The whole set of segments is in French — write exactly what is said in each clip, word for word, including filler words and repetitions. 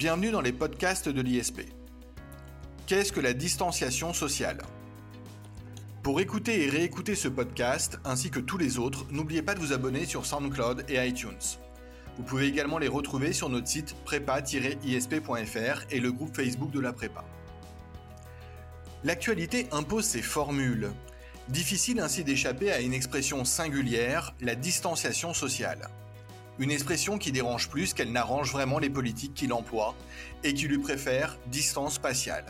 Bienvenue dans les podcasts de l'I S P. Qu'est-ce que la distanciation sociale ? Pour écouter et réécouter ce podcast, ainsi que tous les autres, n'oubliez pas de vous abonner sur SoundCloud et iTunes. Vous pouvez également les retrouver sur notre site prépa tiret i s p point f r et le groupe Facebook de la prépa. L'actualité impose ses formules. Difficile ainsi d'échapper à une expression singulière, la distanciation sociale. Une expression qui dérange plus qu'elle n'arrange vraiment les politiques qui l'emploient et qui lui préfèrent distance spatiale.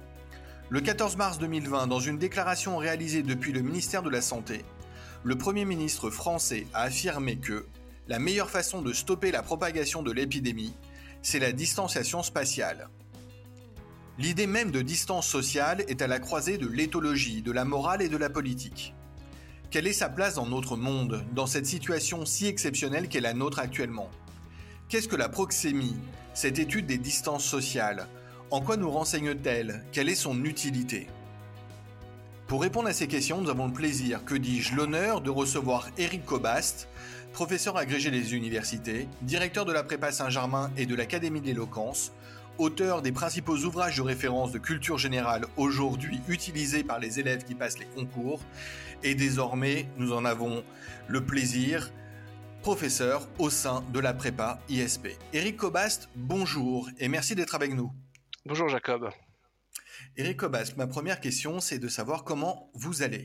Le quatorze mars deux mille vingt, dans une déclaration réalisée depuis le ministère de la Santé, le Premier ministre français a affirmé que la meilleure façon de stopper la propagation de l'épidémie, c'est la distanciation spatiale. L'idée même de distance sociale est à la croisée de l'éthologie, de la morale et de la politique. Quelle est sa place dans notre monde, dans cette situation si exceptionnelle qu'est la nôtre actuellement ? Qu'est-ce que la proxémie, cette étude des distances sociales ? En quoi nous renseigne-t-elle ? Quelle est son utilité ? Pour répondre à ces questions, nous avons le plaisir, que dis-je, l'honneur de recevoir Éric Cobast, professeur agrégé des universités, directeur de la prépa Saint-Germain et de l'Académie de l'éloquence, auteur des principaux ouvrages de référence de culture générale aujourd'hui utilisés par les élèves qui passent les concours, et désormais, nous en avons le plaisir, professeur au sein de la prépa I S P. Éric Cobast, bonjour et merci d'être avec nous. Bonjour Jacob. Éric Cobast, ma première question, c'est de savoir comment vous allez.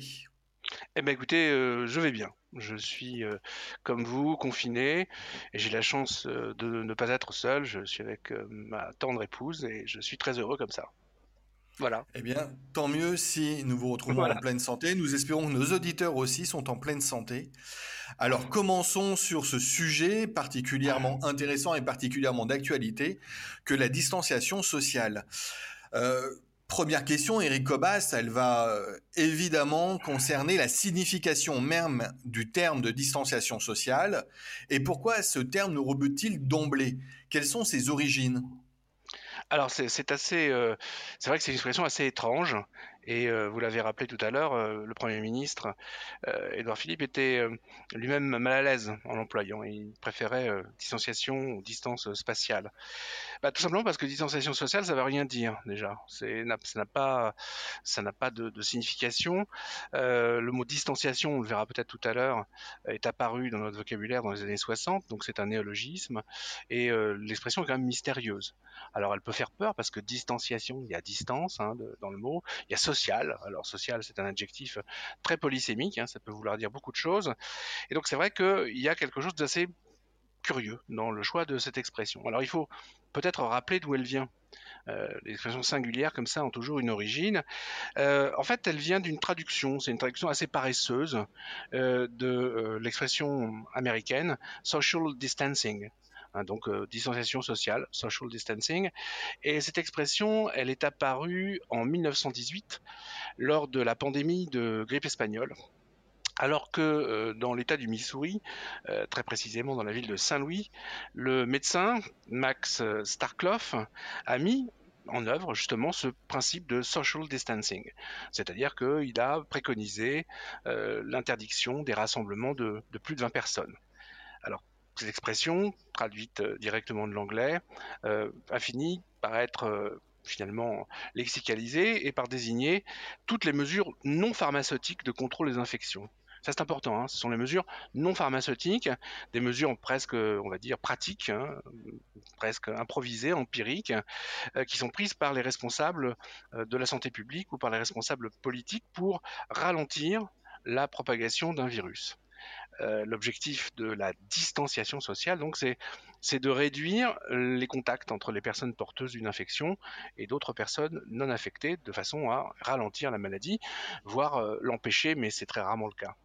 Eh bien écoutez, euh, je vais bien. Je suis, euh, comme vous, confiné et j'ai la chance euh, de ne pas être seul. Je suis avec euh, ma tendre épouse et je suis très heureux comme ça. Voilà. Eh bien, tant mieux si nous vous retrouvons Voilà. en pleine santé. Nous espérons que nos auditeurs aussi sont en pleine santé. Alors, commençons sur ce sujet particulièrement intéressant et particulièrement d'actualité que la distanciation sociale. Euh, Première question, Éric Cobast, elle va euh, évidemment concerner la signification même du terme de distanciation sociale. Et pourquoi ce terme nous rebute-t-il d'emblée ? Quelles sont ses origines ? Alors c'est, c'est assez, euh, c'est vrai que c'est une expression assez étrange et euh, vous l'avez rappelé tout à l'heure, euh, le Premier ministre euh, Édouard Philippe était euh, lui-même mal à l'aise en l'employant. Il préférait euh, distanciation ou distance spatiale. Bah, tout simplement parce que distanciation sociale, ça veut rien dire déjà. C'est, ça n'a pas, ça n'a pas de, de signification. Euh, le mot distanciation, on le verra peut-être tout à l'heure, est apparu dans notre vocabulaire dans les années soixante, donc c'est un néologisme et euh, l'expression est quand même mystérieuse. Alors elle peut faire peur parce que distanciation, il y a distance hein, de, dans le mot, il y a social. Alors social, c'est un adjectif très polysémique, hein, ça peut vouloir dire beaucoup de choses. Et donc c'est vrai qu'il y a quelque chose d'assez curieux dans le choix de cette expression. Alors il faut peut-être rappeler d'où elle vient. Euh, les expressions singulières comme ça ont toujours une origine. Euh, en fait, elle vient d'une traduction, c'est une traduction assez paresseuse euh, de euh, l'expression américaine social distancing. Hein, donc euh, distanciation sociale, social distancing. Et cette expression, elle est apparue en mille neuf cent dix-huit lors de la pandémie de grippe espagnole. Alors que euh, dans l'État du Missouri, euh, très précisément dans la ville de Saint-Louis, le médecin Max Starkloff a mis en œuvre justement ce principe de social distancing, c'est-à-dire qu'il a préconisé euh, l'interdiction des rassemblements de, de plus de vingt personnes. Alors, cette expression, traduite euh, directement de l'anglais, euh, a fini par être euh, finalement lexicalisée et par désigner toutes les mesures non pharmaceutiques de contrôle des infections. Ça c'est important, hein. Ce sont les mesures non pharmaceutiques, des mesures presque, on va dire, pratiques, hein, presque improvisées, empiriques, euh, qui sont prises par les responsables euh, de la santé publique ou par les responsables politiques pour ralentir la propagation d'un virus. Euh, l'objectif de la distanciation sociale, donc, c'est, c'est de réduire les contacts entre les personnes porteuses d'une infection et d'autres personnes non infectées, de façon à ralentir la maladie, voire euh, l'empêcher, mais c'est très rarement le cas.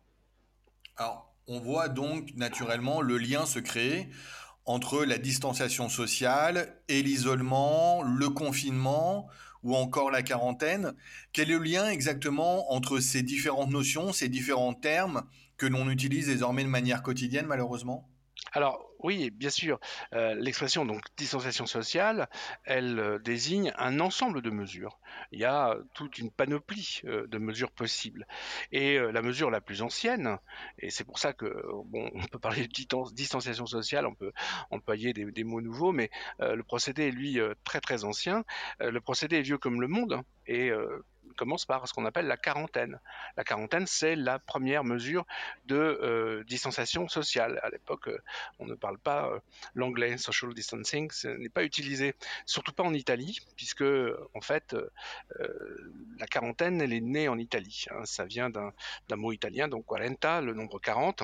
Alors, on voit donc naturellement le lien se créer entre la distanciation sociale et l'isolement, le confinement ou encore la quarantaine. Quel est le lien exactement entre ces différentes notions, ces différents termes que l'on utilise désormais de manière quotidienne malheureusement ? Alors oui, bien sûr, euh, l'expression donc distanciation sociale, elle euh, désigne un ensemble de mesures. Il y a toute une panoplie euh, de mesures possibles. Et euh, la mesure la plus ancienne, et c'est pour ça que bon, on peut parler de ditan- distanciation sociale, on peut employer des, des mots nouveaux, mais euh, le procédé est lui euh, très très ancien. Euh, le procédé est vieux comme le monde, hein, et euh, commence par ce qu'on appelle la quarantaine. La quarantaine, c'est la première mesure de euh, distanciation sociale. À l'époque, euh, on ne parle pas euh, l'anglais, social distancing, ce n'est pas utilisé, surtout pas en Italie, puisque en fait, euh, la quarantaine, elle est née en Italie. Hein, ça vient d'un, d'un mot italien, donc quaranta, le nombre quarante.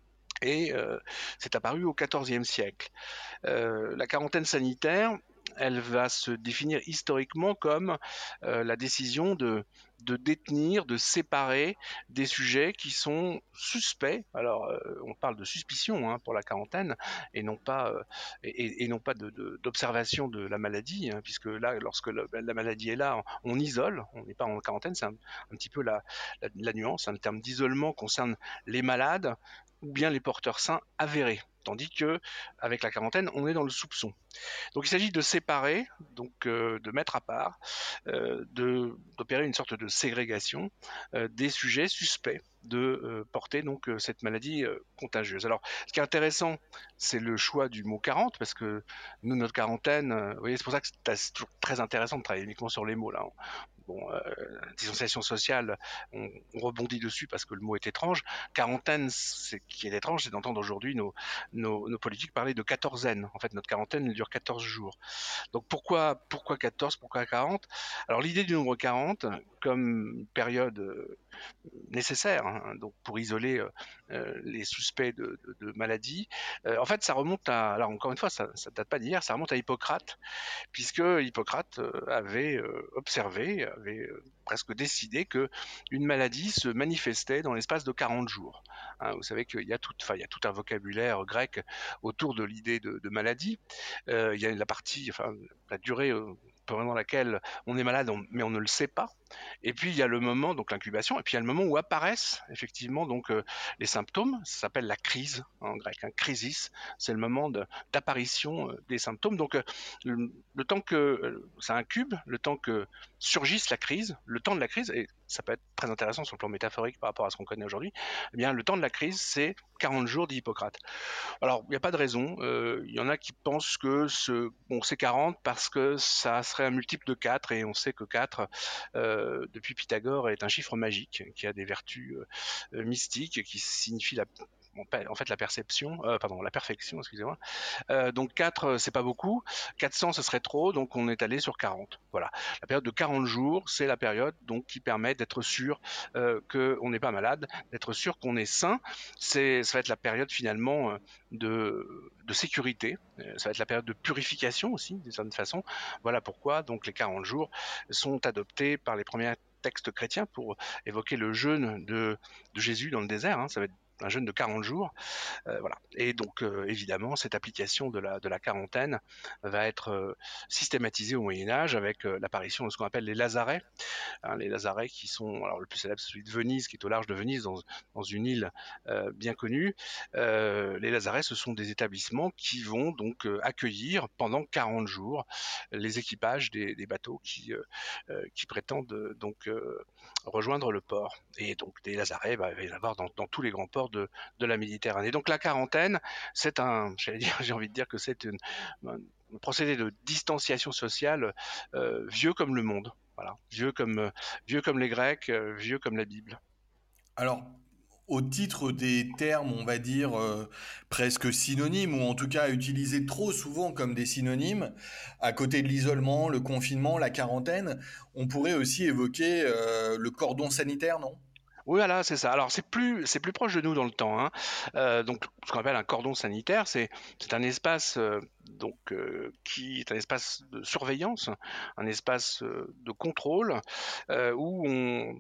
Et euh, c'est apparu au quatorzième siècle. Euh, la quarantaine sanitaire, elle va se définir historiquement comme euh, la décision de, de détenir, de séparer des sujets qui sont suspects. Alors, euh, on parle de suspicion hein, pour la quarantaine et non pas, euh, et, et non pas de, de, d'observation de la maladie, hein, puisque là, lorsque le, la maladie est là, on isole, on n'est pas en quarantaine, c'est un, un petit peu la, la, la nuance. Un terme d'isolement concerne les malades ou bien les porteurs sains avérés. Tandis que avec la quarantaine, on est dans le soupçon. Donc il s'agit de séparer, donc euh, de mettre à part, euh, de, d'opérer une sorte de ségrégation euh, des sujets suspects de euh, porter donc euh, cette maladie euh, contagieuse. Alors, ce qui est intéressant, c'est le choix du mot quarante, parce que nous, notre quarantaine, euh, vous voyez, c'est pour ça que c'est toujours très intéressant de travailler uniquement sur les mots là. Bon, euh, distanciation sociale, on, on, rebondit dessus parce que le mot est étrange. Quarantaine, ce qui est étrange, c'est d'entendre aujourd'hui nos, nos, nos politiques parler de quatorzaine. En fait, notre quarantaine, elle dure quatorze jours. Donc pourquoi, pourquoi quatorze, pourquoi quarante? Alors l'idée du nombre quarante, comme période euh, nécessaire hein, donc pour isoler euh, euh, les suspects de, de, de maladies, euh, en fait, ça remonte à, alors encore une fois, ça ne date pas d'hier, ça remonte à Hippocrate, puisque Hippocrate euh, avait euh, observé, avait euh, presque décidé que une maladie se manifestait dans l'espace de quarante jours. Hein, vous savez qu'il y a tout, enfin, il y a tout un vocabulaire grec autour de l'idée de, de maladie. Euh, il y a la partie, enfin, la durée euh, pendant laquelle on est malade, on, mais on ne le sait pas. Et puis il y a le moment, donc l'incubation, et puis il y a le moment où apparaissent effectivement donc euh, les symptômes. Ça s'appelle la crise en grec, un crisis. C'est le moment de, d'apparition euh, des symptômes. Donc euh, le, le temps que euh, ça incube, le temps que surgisse la crise, le temps de la crise, et ça peut être très intéressant sur le plan métaphorique par rapport à ce qu'on connaît aujourd'hui, eh bien le temps de la crise, c'est quarante jours d'Hippocrate. Alors, il n'y a pas de raison. Euh, Il y en a qui pensent que ce, bon, c'est quarante parce que ça serait un multiple de quatre et on sait que quatre, euh, depuis Pythagore, est un chiffre magique qui a des vertus euh, mystiques qui signifient la, en fait la perception, euh, pardon, la perfection, excusez-moi. Euh, donc quatre, euh, c'est pas beaucoup. quatre cents, ce serait trop, donc on est allé sur quarante. Voilà. La période de quarante jours, c'est la période donc qui permet d'être sûr euh, qu'on n'est pas malade, d'être sûr qu'on est sain. C'est, ça va être la période finalement euh, de, de sécurité. Euh, Ça va être la période de purification aussi, d'une certaine façon. Voilà pourquoi donc les quarante jours sont adoptés par les premiers textes chrétiens pour évoquer le jeûne de, de Jésus dans le désert. Hein. Ça va être un jeûne de quarante jours. Euh, voilà. Et donc, euh, évidemment, cette application de la, de la quarantaine va être euh, systématisée au Moyen Âge avec euh, l'apparition de ce qu'on appelle les lazarets. Hein, les lazarets qui sont, alors le plus célèbre, c'est celui de Venise, qui est au large de Venise, dans, dans une île euh, bien connue. Euh, les lazarets, ce sont des établissements qui vont donc euh, accueillir pendant quarante jours les équipages des, des bateaux qui, euh, euh, qui prétendent euh, donc euh, rejoindre le port. Et donc des lazarets, bah, il va y en avoir dans, dans tous les grands ports de, de la Méditerranée. Donc la quarantaine, c'est un, j'allais dire, j'ai envie de dire que c'est une, un procédé de distanciation sociale euh, vieux comme le monde. Voilà, vieux comme, euh, vieux comme les Grecs, euh, vieux comme la Bible. Alors, au titre des termes, on va dire, euh, presque synonymes, ou en tout cas utilisés trop souvent comme des synonymes, à côté de l'isolement, le confinement, la quarantaine, on pourrait aussi évoquer euh, le cordon sanitaire, non? Oui, voilà, c'est ça. Alors c'est plus, c'est plus proche de nous dans le temps. Hein. Euh, donc ce qu'on appelle un cordon sanitaire, c'est, c'est un espace euh, donc euh, qui est un espace de surveillance, un espace euh, de contrôle euh, où on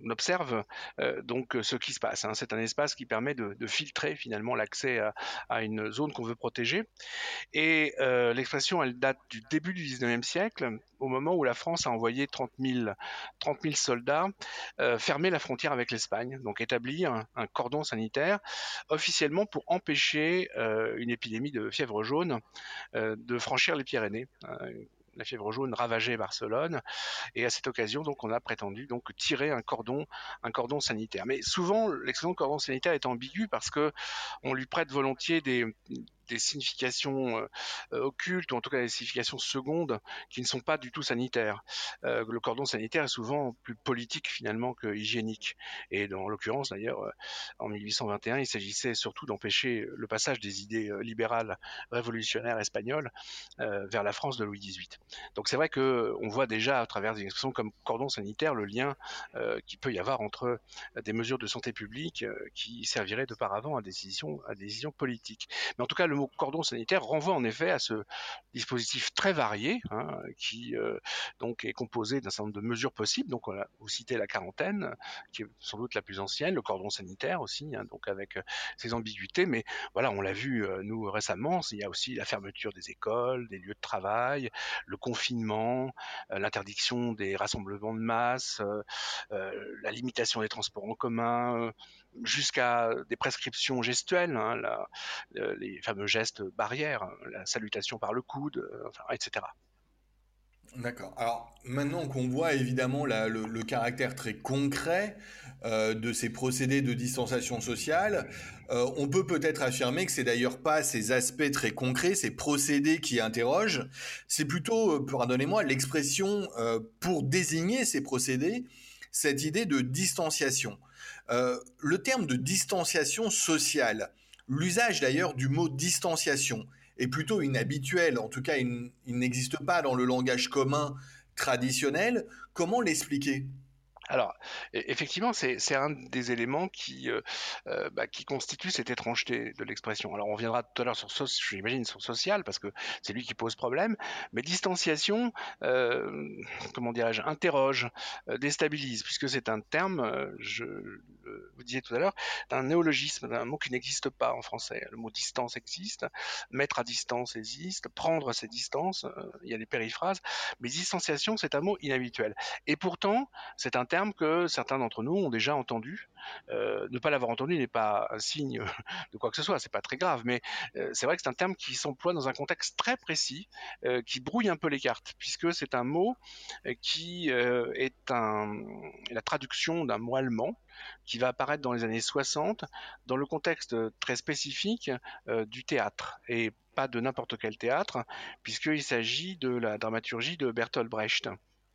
observe euh, donc ce qui se passe. Hein. C'est un espace qui permet de, de filtrer finalement l'accès à, à une zone qu'on veut protéger. Et euh, l'expression, elle date du début du dix-neuvième siècle, au moment où la France a envoyé trente mille soldats euh, fermer la frontière avec l'Espagne, donc établir un, un cordon sanitaire officiellement pour empêcher euh, une épidémie de fièvre jaune euh, de franchir les Pyrénées. Euh, la fièvre jaune ravageait Barcelone, et à cette occasion, donc, on a prétendu donc tirer un cordon, un cordon sanitaire. Mais souvent, l'expression cordon sanitaire est ambiguë parce que on lui prête volontiers des, des significations euh, occultes, ou en tout cas des significations secondes, qui ne sont pas du tout sanitaires. Euh, le cordon sanitaire est souvent plus politique finalement que hygiénique. Et dans l'occurrence, d'ailleurs, euh, en mille huit cent vingt et un, il s'agissait surtout d'empêcher le passage des idées euh, libérales révolutionnaires espagnoles euh, vers la France de Louis dix-huit. Donc c'est vrai qu'on voit déjà à travers des expressions comme cordon sanitaire le lien euh, qu'il peut y avoir entre des mesures de santé publique euh, qui serviraient de paravent à des décisions, à des décisions politiques. Mais en tout cas, le mot cordon sanitaire renvoie en effet à ce dispositif très varié hein, qui euh, donc est composé d'un certain nombre de mesures possibles. Donc on a, vous citez la quarantaine, qui est sans doute la plus ancienne, le cordon sanitaire aussi, hein, donc avec euh, ses ambiguïtés. Mais voilà, on l'a vu euh, nous récemment. Il y a aussi la fermeture des écoles, des lieux de travail, le confinement, euh, l'interdiction des rassemblements de masse, euh, euh, la limitation des transports en commun, euh, jusqu'à des prescriptions gestuelles, hein, la, euh, les fameux gestes barrières, la salutation par le coude, euh, enfin, et cetera. D'accord. Alors maintenant qu'on voit évidemment la- le, le caractère très concret euh, de ces procédés de distanciation sociale, euh, on peut peut-être affirmer que c'est d'ailleurs pas ces aspects très concrets, ces procédés qui interrogent, c'est plutôt, euh, pardonnez-moi, l'expression euh, pour désigner ces procédés, cette idée de distanciation. Euh, le terme de distanciation sociale, l'usage d'ailleurs du mot distanciation, est plutôt inhabituel, en tout cas il, il n'existe pas dans le langage commun traditionnel. Comment l'expliquer? Alors, e- effectivement, c'est c'est un des éléments qui, euh, euh, bah, qui constitue cette étrangeté de l'expression. Alors, on viendra tout à l'heure sur, soci- j'imagine, sur social, parce que c'est lui qui pose problème, mais distanciation, euh, comment dirais-je, interroge, euh, déstabilise, puisque c'est un terme, euh, je le- vous disiez tout à l'heure, d'un néologisme, d'un mot qui n'existe pas en français. Le mot distance existe, mettre à distance existe, prendre ses distances, euh, il y a des périphrases, mais distanciation, c'est un mot inhabituel. Et pourtant, c'est un terme que certains d'entre nous ont déjà entendu. Euh, ne pas l'avoir entendu n'est pas un signe de quoi que ce soit, c'est pas très grave, mais euh, c'est vrai que c'est un terme qui s'emploie dans un contexte très précis, euh, qui brouille un peu les cartes, puisque c'est un mot euh, qui euh, est un, la traduction d'un mot allemand qui va apparaître dans les années soixante dans le contexte très spécifique euh, du théâtre, et pas de n'importe quel théâtre, puisqu'il s'agit de la dramaturgie de Bertolt Brecht,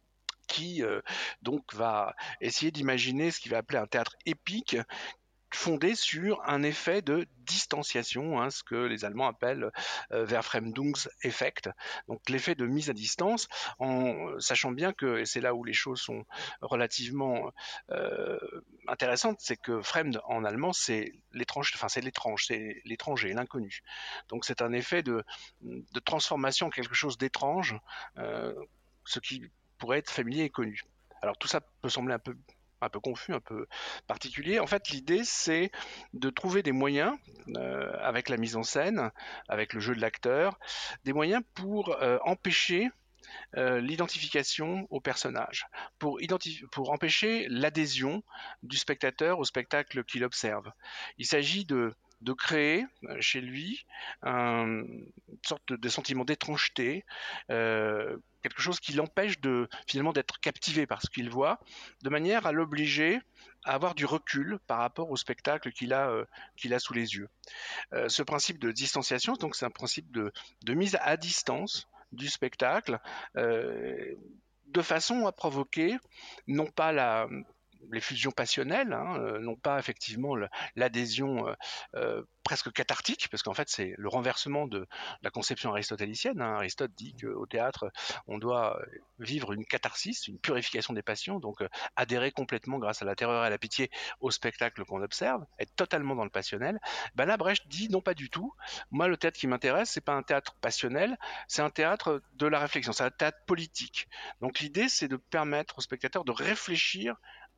qui euh, donc va essayer d'imaginer ce qu'il va appeler un théâtre épique fondé sur un effet de distanciation, hein, ce que les Allemands appellent euh, Verfremdungseffekt, donc l'effet de mise à distance, en sachant bien que, et c'est là où les choses sont relativement euh, intéressantes, c'est que Fremd en allemand c'est l'étrange, enfin c'est l'étrange, c'est l'étranger, l'inconnu. Donc c'est un effet de, de transformation en quelque chose d'étrange, euh, ce qui pourrait être familier et connu. Alors tout ça peut sembler un peu un peu confus, un peu particulier. En fait, l'idée, c'est de trouver des moyens, euh, avec la mise en scène, avec le jeu de l'acteur, des moyens pour euh, empêcher euh, l'identification au personnage, pour, identif- pour empêcher l'adhésion du spectateur au spectacle qu'il observe. Il s'agit de de créer euh, chez lui un, une sorte de, de sentiment d'étrangeté, euh, quelque chose qui l'empêche de finalement d'être captivé par ce qu'il voit, de manière à l'obliger à avoir du recul par rapport au spectacle qu'il a, euh, qu'il a sous les yeux. Euh, ce principe de distanciation, donc c'est un principe de, de mise à distance du spectacle, euh, de façon à provoquer non pas la, les fusions passionnelles, hein, euh, non pas effectivement le- l'adhésion euh, euh, presque cathartique, parce qu'en fait c'est le renversement de la conception aristotélicienne. Hein. Aristote dit qu'au théâtre on doit vivre une catharsis, une purification des passions, donc euh, adhérer complètement grâce à la terreur et à la pitié au spectacle qu'on observe, être totalement dans le passionnel. Ben là Brecht dit non, pas du tout. Moi le théâtre qui m'intéresse, c'est pas un théâtre passionnel, c'est un théâtre de la réflexion, c'est un théâtre politique. Donc l'idée c'est de permettre au spectateur de réfléchir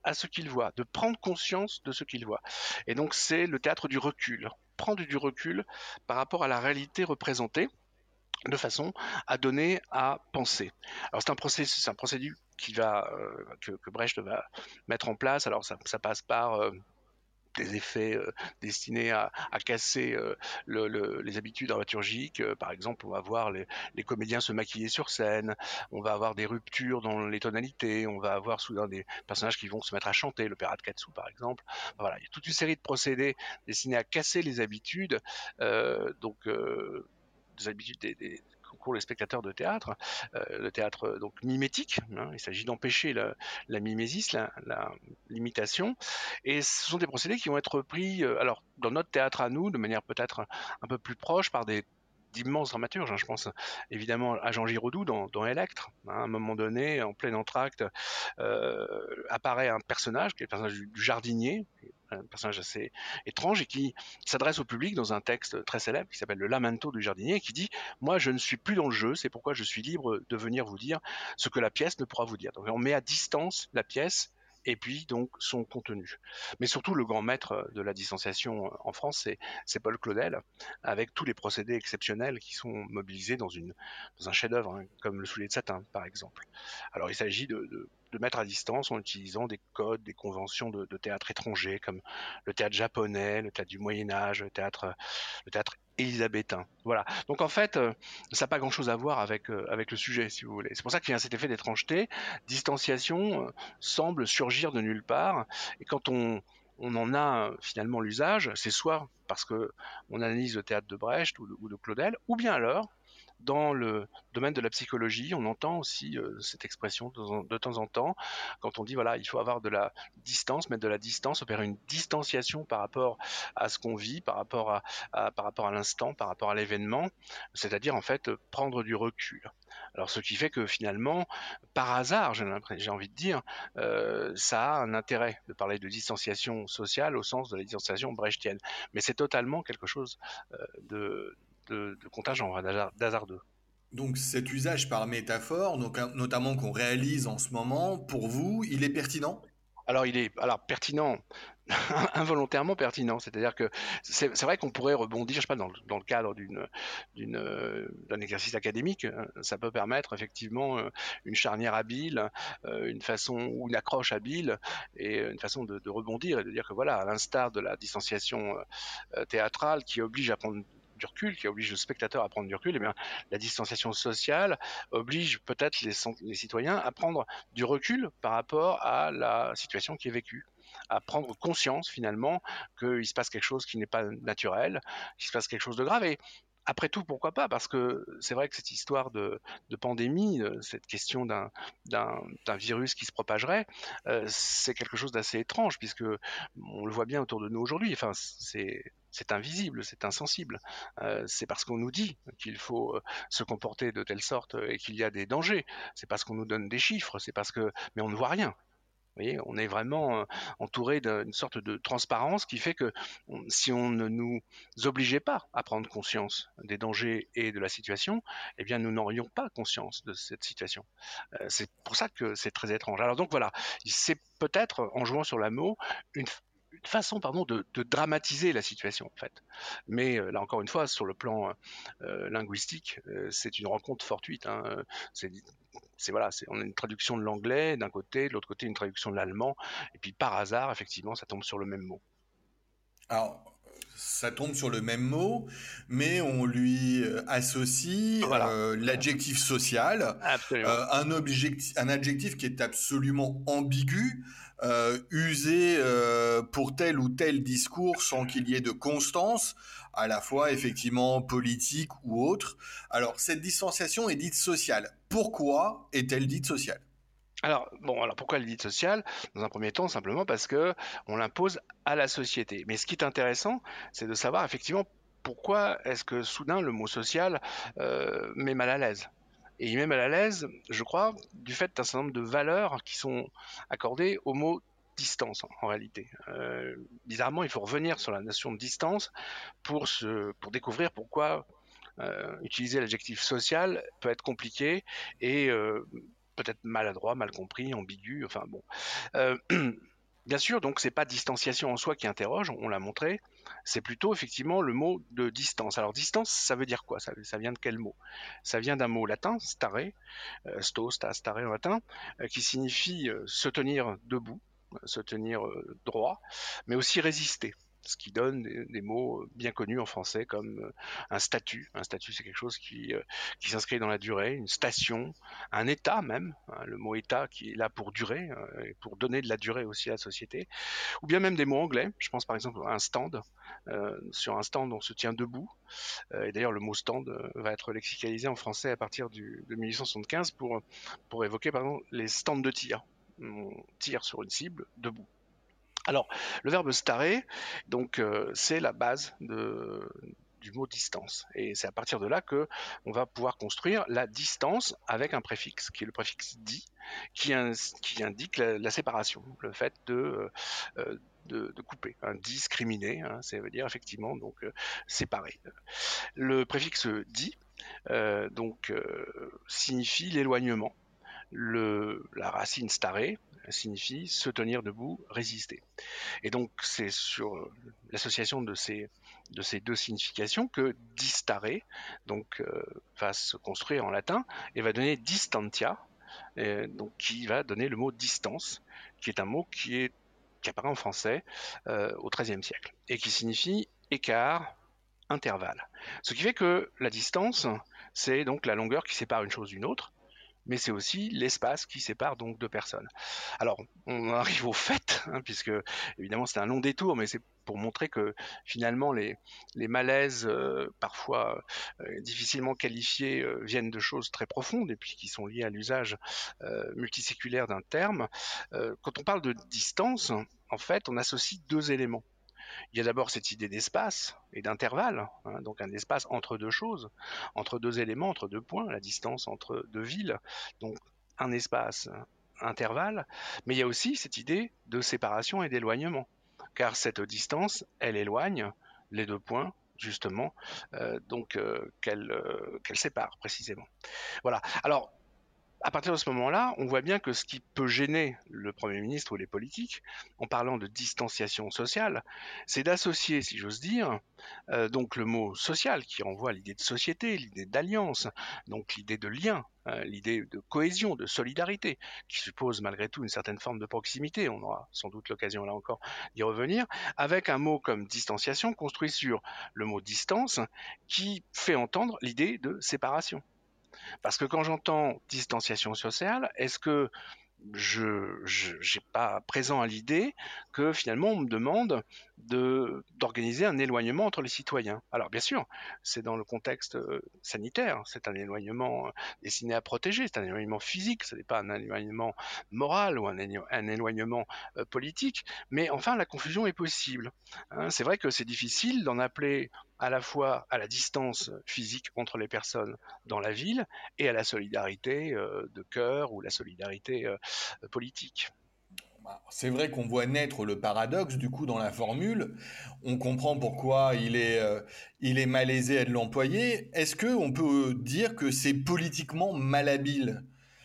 à ce qu'il voit, de prendre conscience de ce qu'il voit. Et donc c'est le théâtre du recul, prendre du recul par rapport à la réalité représentée, de façon à donner à penser. Alors c'est un processus, c'est un procédé qui va euh, que, que Brecht va mettre en place. Alors ça, ça passe par euh, des effets euh, destinés à, à casser euh, le, le, les habitudes dramaturgiques. Euh, par exemple, on va voir les, les comédiens se maquiller sur scène, on va avoir des ruptures dans les tonalités, on va avoir soudain des personnages qui vont se mettre à chanter, l'opéra de Katsu par exemple. Voilà, il y a toute une série de procédés destinés à casser les habitudes, euh, donc euh, des habitudes des, des qu'ont les spectateurs de théâtre, euh, le théâtre donc mimétique, hein, il s'agit d'empêcher la, la mimésis, la, la, l'imitation, et ce sont des procédés qui vont être pris, euh, alors dans notre théâtre à nous, de manière peut-être un, un peu plus proche, par des d'immenses dramaturges. Hein. Je pense évidemment à Jean Giraudoux dans, dans Electre. Hein, à un moment donné, en plein entracte, euh, apparaît un personnage qui est le personnage du, du jardinier, un personnage assez étrange et qui s'adresse au public dans un texte très célèbre qui s'appelle Le Lamento du jardinier et qui dit « Moi, je ne suis plus dans le jeu, c'est pourquoi je suis libre de venir vous dire ce que la pièce ne pourra vous dire. » Donc on met à distance la pièce et puis donc son contenu. Mais surtout, le grand maître de la distanciation en France, c'est, c'est Paul Claudel, avec tous les procédés exceptionnels qui sont mobilisés dans, une, dans un chef-d'œuvre, hein, comme le Soulier de satin, par exemple. Alors, il s'agit de, de, de mettre à distance en utilisant des codes, des conventions de, de théâtre étrangers, comme le théâtre japonais, le théâtre du Moyen-Âge, le théâtre, le théâtre élisabétain. Voilà. Donc en fait, euh, ça n'a pas grand-chose à voir avec, euh, avec le sujet, si vous voulez. C'est pour ça qu'il y a cet effet d'étrangeté. Distanciation euh, semble surgir de nulle part. Et quand on, on en a euh, finalement l'usage, c'est soit parce qu'on analyse le théâtre de Brecht ou de, ou de Claudel, ou bien alors, dans le domaine de la psychologie, on entend aussi euh, cette expression de, de temps en temps, quand on dit voilà, il faut avoir de la distance, mettre de la distance, opérer une distanciation par rapport à ce qu'on vit, par rapport à, à, par rapport à l'instant, par rapport à l'événement, c'est-à-dire en fait prendre du recul. Alors ce qui fait que finalement, par hasard, j'ai, j'ai envie de dire, euh, ça a un intérêt de parler de distanciation sociale au sens de la distanciation brechtienne. Mais c'est totalement quelque chose euh, de, de, de contingent, d'hasardeux. Donc cet usage par métaphore, donc, notamment qu'on réalise en ce moment, pour vous, il est pertinent? Alors il est alors pertinent, involontairement pertinent, c'est-à-dire que c'est, c'est vrai qu'on pourrait rebondir, je sais pas, dans, le- dans le cadre d'une, d'une, euh, d'un exercice académique, euh, ça peut permettre effectivement euh, une charnière habile, euh, une façon ou une accroche habile et une façon de, de rebondir et de dire que voilà, à l'instar de la distanciation euh, théâtrale qui oblige à prendre du recul, qui oblige le spectateur à prendre du recul, et bien la distanciation sociale oblige peut-être les, les citoyens à prendre du recul par rapport à la situation qui est vécue, à prendre conscience finalement qu'il se passe quelque chose qui n'est pas naturel, qu'il se passe quelque chose de grave. Et après tout, pourquoi pas? Parce que c'est vrai que cette histoire de, de pandémie, euh, cette question d'un, d'un, d'un virus qui se propagerait, euh, c'est quelque chose d'assez étrange, puisque on le voit bien autour de nous aujourd'hui. Enfin, c'est, c'est invisible, c'est insensible. Euh, c'est parce qu'on nous dit qu'il faut euh, se comporter de telle sorte et qu'il y a des dangers. C'est parce qu'on nous donne des chiffres. C'est parce que, mais on ne voit rien. Vous voyez, on est vraiment euh, entouré d'une sorte de transparence qui fait que on, si on ne nous obligeait pas à prendre conscience des dangers et de la situation, eh bien nous n'aurions pas conscience de cette situation. Euh, c'est pour ça que c'est très étrange. Alors donc voilà, c'est peut-être en jouant sur la mot une, une façon pardon de, de, dramatiser la situation en fait. Mais euh, là encore une fois, sur le plan euh, linguistique, euh, c'est une rencontre fortuite. Hein. C'est c'est voilà, c'est, on a une traduction de l'anglais d'un côté, de l'autre côté une traduction de l'allemand, et puis par hasard, effectivement, ça tombe sur le même mot. Alors, ça tombe sur le même mot, mais on lui euh, associe Voilà, euh, l'adjectif social, absolument. euh, un, objectif, un adjectif qui est absolument ambigu, euh, usé euh, pour tel ou tel discours sans qu'il y ait de constance, à la fois effectivement politique ou autre. Alors, cette distanciation est dite sociale. Pourquoi est-elle dite sociale? Alors, bon, alors pourquoi l'élite sociale? Dans un premier temps, simplement parce que on l'impose à la société. Mais ce qui est intéressant, c'est de savoir effectivement pourquoi est-ce que soudain le mot social euh, met mal à l'aise. Et il met mal à l'aise, je crois, du fait d'un certain nombre de valeurs qui sont accordées au mot distance en réalité. Euh, bizarrement, il faut revenir sur la notion de distance pour, se, pour découvrir pourquoi euh, utiliser l'adjectif social peut être compliqué et euh, peut-être maladroit, mal compris, ambigu, enfin bon. Euh, Bien sûr, donc c'est pas distanciation en soi qui interroge, on l'a montré, c'est plutôt effectivement le mot de distance. Alors distance, ça veut dire quoi? ça, ça vient de quel mot? Ça vient d'un mot latin, stare, euh, sto, sta, stare en latin, euh, qui signifie euh, se tenir debout, euh, se tenir euh, droit, mais aussi résister. Ce qui donne des, des mots bien connus en français comme euh, un statut. Un statut, c'est quelque chose qui, euh, qui s'inscrit dans la durée, une station, un état même, hein, le mot état qui est là pour durer, euh, et pour donner de la durée aussi à la société, ou bien même des mots anglais. Je pense par exemple à un stand. Euh, sur un stand, on se tient debout. Euh, et d'ailleurs, le mot stand euh, va être lexicalisé en français à partir du, de mille huit cent soixante-quinze pour, pour évoquer par exemple les stands de tir. On tire sur une cible debout. Alors, le verbe stare, donc, euh, c'est la base de, du mot distance. Et c'est à partir de là que on va pouvoir construire la distance avec un préfixe, qui est le préfixe di, qui, in, qui indique la, la, séparation, le fait de, euh, de, de couper, hein, discriminer, hein, ça veut dire effectivement donc euh, séparer. Le préfixe di, euh, donc, euh, signifie l'éloignement. Le, la racine stare signifie se tenir debout, résister. Et donc c'est sur l'association de ces, de ces deux significations que distare donc, euh, va se construire en latin et va donner distantia, euh, donc, qui va donner le mot distance, qui est un mot qui, est, qui apparaît en français euh, au treizième siècle et qui signifie écart, intervalle. Ce qui fait que la distance, c'est donc la longueur qui sépare une chose d'une autre, mais c'est aussi l'espace qui sépare donc deux personnes. Alors, on arrive au fait, hein, puisque évidemment c'est un long détour, mais c'est pour montrer que finalement les, les malaises euh, parfois euh, difficilement qualifiés euh, viennent de choses très profondes et puis qui sont liées à l'usage euh, multiséculaire d'un terme. Euh, quand on parle de distance, en fait, on associe deux éléments. Il y a d'abord cette idée d'espace et d'intervalle, hein, donc un espace entre deux choses, entre deux éléments, entre deux points, la distance entre deux villes, donc un espace, intervalle, mais il y a aussi cette idée de séparation et d'éloignement, car cette distance, elle éloigne les deux points, justement, euh, donc euh, qu'elle euh, qu'elle sépare précisément. Voilà. Alors, à partir de ce moment-là, on voit bien que ce qui peut gêner le Premier ministre ou les politiques, en parlant de distanciation sociale, c'est d'associer, si j'ose dire, euh, donc le mot social qui renvoie à l'idée de société, l'idée d'alliance, donc l'idée de lien, hein, l'idée de cohésion, de solidarité, qui suppose malgré tout une certaine forme de proximité, on aura sans doute l'occasion là encore d'y revenir, avec un mot comme distanciation construit sur le mot distance, qui fait entendre l'idée de séparation. Parce que quand j'entends distanciation sociale, est-ce que je n'ai pas présent à l'idée que finalement on me demande de, d'organiser un éloignement entre les citoyens. Alors bien sûr, c'est dans le contexte euh, sanitaire, c'est un éloignement euh, destiné à protéger, c'est un éloignement physique, ce n'est pas un éloignement moral ou un, élo- un éloignement euh, politique, mais enfin la confusion est possible. Hein, c'est vrai que c'est difficile d'en appeler à la fois à la distance physique entre les personnes dans la ville et à la solidarité euh, de cœur ou la solidarité euh, politique. C'est vrai qu'on voit naître le paradoxe du coup dans la formule. On comprend pourquoi il est, euh, il est malaisé à de l'employer. Est-ce qu'on peut dire que c'est politiquement malhabile,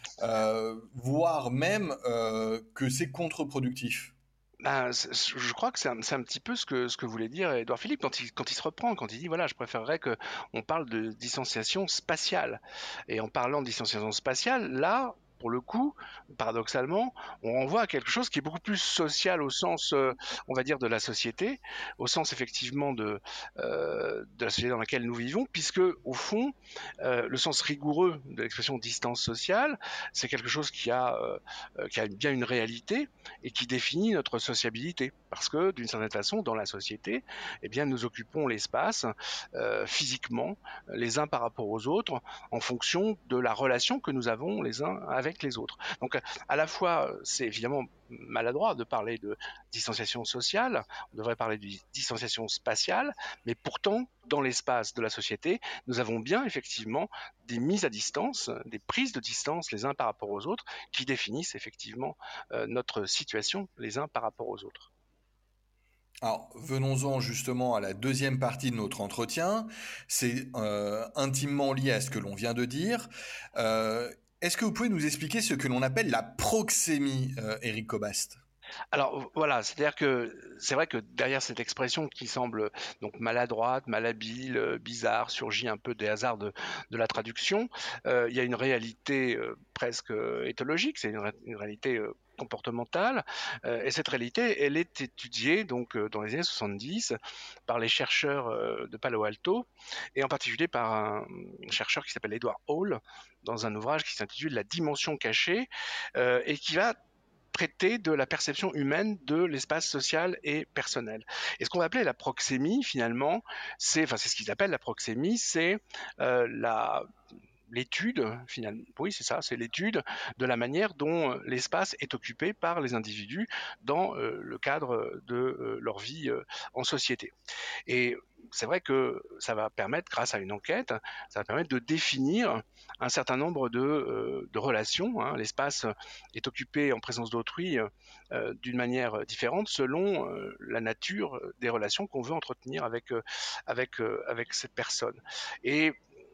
euh, voire même euh, que c'est contre-productif? Ben, je crois que c'est un, c'est un petit peu ce que, ce que voulait dire Édouard Philippe quand il, quand il se reprend, quand il dit voilà, je préférerais qu'on parle de distanciation spatiale. Et en parlant de distanciation spatiale, là, pour le coup, paradoxalement, on renvoie à quelque chose qui est beaucoup plus social au sens, euh, on va dire, de la société, au sens effectivement de, euh, de la société dans laquelle nous vivons, puisque au fond, euh, le sens rigoureux de l'expression distance sociale, c'est quelque chose qui a, euh, qui a bien une réalité et qui définit notre sociabilité. Parce que d'une certaine façon, dans la société, eh bien, nous occupons l'espace euh, physiquement, les uns par rapport aux autres, en fonction de la relation que nous avons les uns avec les autres. Donc, à la fois, c'est évidemment maladroit de parler de distanciation sociale, on devrait parler de distanciation spatiale, mais pourtant, dans l'espace de la société, nous avons bien effectivement des mises à distance, des prises de distance les uns par rapport aux autres, qui définissent effectivement euh, notre situation les uns par rapport aux autres. Alors, venons-en justement à la deuxième partie de notre entretien. C'est euh, intimement lié à ce que l'on vient de dire. Euh, est-ce que vous pouvez nous expliquer ce que l'on appelle la proxémie, euh, Éric Cobast? Alors voilà, c'est-à-dire que c'est vrai que derrière cette expression qui semble donc maladroite, malhabile, euh, bizarre, surgit un peu des hasards de, de la traduction. Euh, il y a une réalité euh, presque euh, éthologique, c'est une, ré- une réalité euh, comportementale, euh, et cette réalité, elle est étudiée donc euh, dans les années soixante-dix par les chercheurs euh, de Palo Alto, et en particulier par un chercheur qui s'appelle Edward Hall, dans un ouvrage qui s'intitule La dimension cachée, euh, et qui va traiter de la perception humaine de l'espace social et personnel. Et ce qu'on va appeler la proxémie, finalement, c'est, enfin, c'est ce qu'ils appellent la proxémie, c'est euh, la l'étude, finalement, oui, c'est ça, c'est l'étude de la manière dont euh, l'espace est occupé par les individus dans euh, le cadre de euh, leur vie euh, en société. Et c'est vrai que ça va permettre, grâce à une enquête, ça va permettre de définir un certain nombre de, euh, de relations. Hein. L'espace est occupé en présence d'autrui euh, d'une manière différente selon euh, la nature des relations qu'on veut entretenir avec, euh, avec, euh, avec cette personne. Et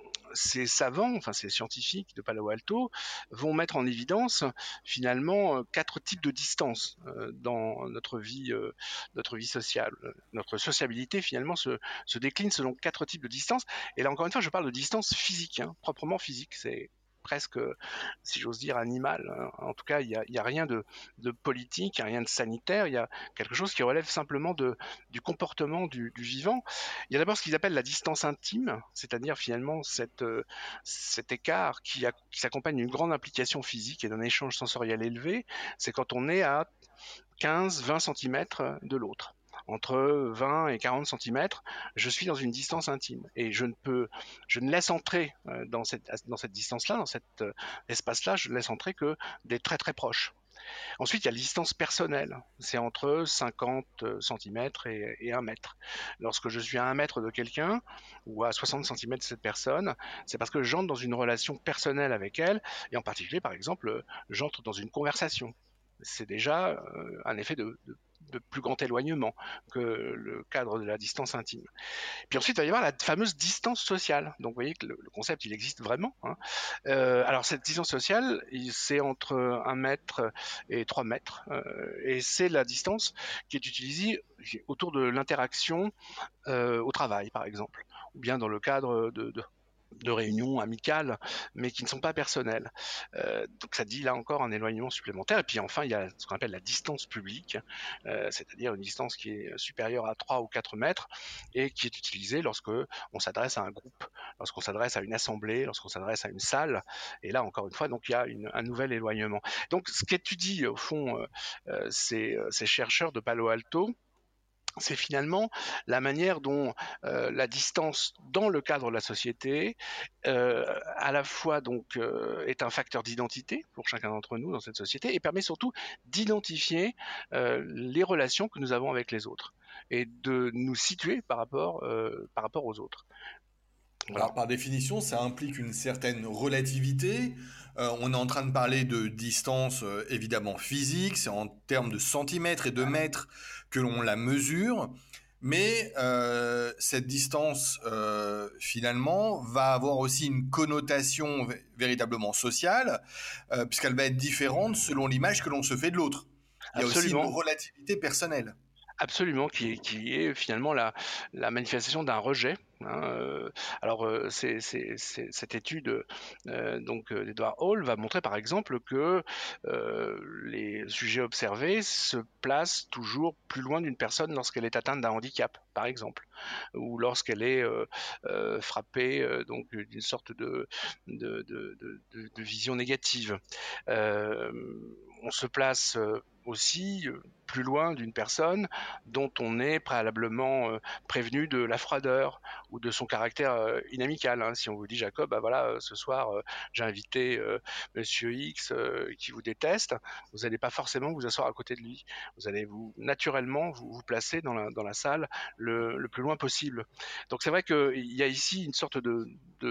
ces savants, enfin ces scientifiques de Palo Alto, vont mettre en évidence finalement euh, quatre types de distances euh, dans notre vie, euh, notre vie sociale. Notre sociabilité finalement se, se décline selon quatre types de distances. Et là encore une fois, je parle de distance physique, hein, proprement physique. C'est presque, si j'ose dire, animal. Hein. En tout cas, il n'y a, y a rien de, de politique, il n'y a rien de sanitaire, il y a quelque chose qui relève simplement de, du comportement du, du vivant. Il y a d'abord ce qu'ils appellent la distance intime, c'est-à-dire finalement cette, euh, cet écart qui, a- qui s'accompagne d'une grande implication physique et d'un échange sensoriel élevé. C'est quand on est à quinze à vingt centimètres de l'autre. Entre vingt et quarante centimètres, je suis dans une distance intime et je ne peux, je ne laisse entrer euh, dans cette, dans cette distance-là, dans cet euh, espace-là, je ne laisse entrer que des très très proches. Ensuite, il y a la distance personnelle. C'est entre cinquante centimètres et, et un mètre. Lorsque je suis à un mètre de quelqu'un ou à soixante centimètres de cette personne, c'est parce que j'entre dans une relation personnelle avec elle et en particulier, par exemple, j'entre dans une conversation. C'est déjà euh, un effet de, de de plus grand éloignement que le cadre de la distance intime. Puis ensuite, il va y avoir la fameuse distance sociale. Donc, vous voyez que le, le concept, il existe vraiment. Hein. Euh, alors, cette distance sociale, c'est entre un mètre et trois mètres. Euh, et c'est la distance qui est utilisée autour de l'interaction euh, au travail, par exemple, ou bien dans le cadre de, de de réunions amicales, mais qui ne sont pas personnelles. Euh, donc ça dit là encore un éloignement supplémentaire. Et puis enfin, il y a ce qu'on appelle la distance publique, euh, c'est-à-dire une distance qui est supérieure à trois ou quatre mètres et qui est utilisée lorsque on s'adresse à un groupe, lorsqu'on s'adresse à une assemblée, lorsqu'on s'adresse à une salle. Et là, encore une fois, donc il y a une, un nouvel éloignement. Donc ce qu'étudient au fond euh, euh, ces, ces chercheurs de Palo Alto, c'est finalement la manière dont euh, la distance dans le cadre de la société, euh, à la fois donc euh, est un facteur d'identité pour chacun d'entre nous dans cette société et permet surtout d'identifier euh, les relations que nous avons avec les autres et de nous situer par rapport, euh, par rapport aux autres. Voilà. Alors, par définition, ça implique une certaine relativité. Euh, on est en train de parler de distance euh, évidemment physique, c'est en termes de centimètres et de mètres que l'on la mesure. Mais euh, cette distance, euh, finalement, va avoir aussi une connotation vé- véritablement sociale, euh, puisqu'elle va être différente selon l'image que l'on se fait de l'autre. Il y a aussi une Absolument. relativité personnelle. Absolument, qui est, qui est finalement la, la manifestation d'un rejet. Hein, euh, alors, euh, c'est, c'est- c'est- cette étude euh, donc euh, d'Edward Hall va montrer par exemple que euh, les sujets observés se placent toujours plus loin d'une personne lorsqu'elle est atteinte d'un handicap, par exemple, ou lorsqu'elle est euh, euh, frappée euh, donc d'une sorte de, de, de- de- de- de vision négative. Euh, on se place euh, aussi euh, plus loin d'une personne dont on est préalablement euh, prévenu de la froideur ou de son caractère euh, inamical. Hein. Si on vous dit Jacob, bah voilà, euh, ce soir euh, j'ai invité euh, Monsieur X euh, qui vous déteste, vous n'allez pas forcément vous asseoir à côté de lui. Vous allez vous naturellement vous, vous placer dans la, dans la salle le, le plus loin possible. Donc c'est vrai qu'il y a ici une sorte de, de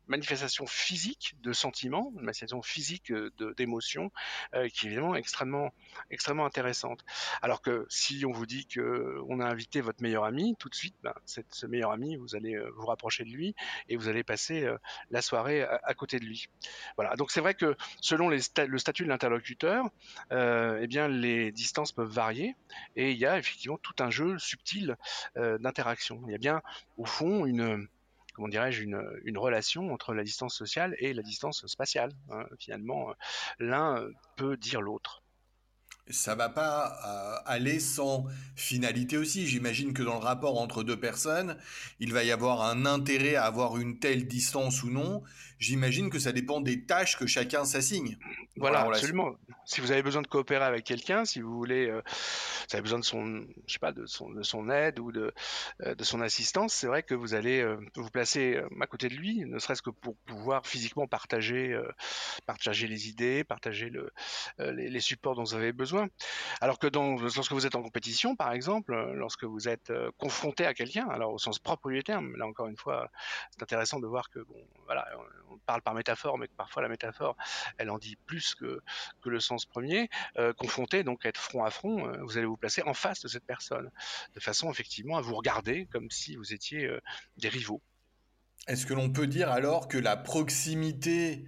manifestation physique de sentiments, une manifestation physique de, d'émotions, euh, qui est évidemment extrêmement, extrêmement intéressante. Alors que si on vous dit que on a invité votre meilleur ami, tout de suite, ben, cette, ce meilleur ami, vous allez euh, vous rapprocher de lui et vous allez passer euh, la soirée à, à côté de lui. Voilà. Donc c'est vrai que selon les sta- le statut de l'interlocuteur, euh, eh bien les distances peuvent varier et il y a effectivement tout un jeu subtil euh, d'interaction. Il y a bien au fond une comment dirais-je, une, une relation entre la distance sociale et la distance spatiale. Hein. Finalement, l'un peut dire l'autre. Ça va pas euh, aller sans finalité aussi. J'imagine que dans le rapport entre deux personnes, il va y avoir un intérêt à avoir une telle distance ou non. J'imagine que ça dépend des tâches que chacun s'assigne dans la Voilà, relation. absolument. Si vous avez besoin de coopérer avec quelqu'un, si vous voulez, euh, vous avez besoin de son, je sais pas, de son, de son aide ou de, euh, de son assistance, c'est vrai que vous allez euh, vous placer euh, à côté de lui, ne serait-ce que pour pouvoir physiquement partager, euh, partager les idées, partager le, euh, les, les supports dont vous avez besoin. Alors que dans, lorsque vous êtes en compétition, par exemple, euh, lorsque vous êtes euh, confronté à quelqu'un, alors au sens propre du terme, là encore une fois, c'est intéressant de voir que bon, voilà, on, on parle par métaphore, mais que parfois la métaphore, elle en dit plus que, que le sens premier. Euh, confronté, donc être front à front, euh, vous allez vous placer en face de cette personne, de façon effectivement à vous regarder comme si vous étiez euh, des rivaux. Est-ce que l'on peut dire alors que la proximité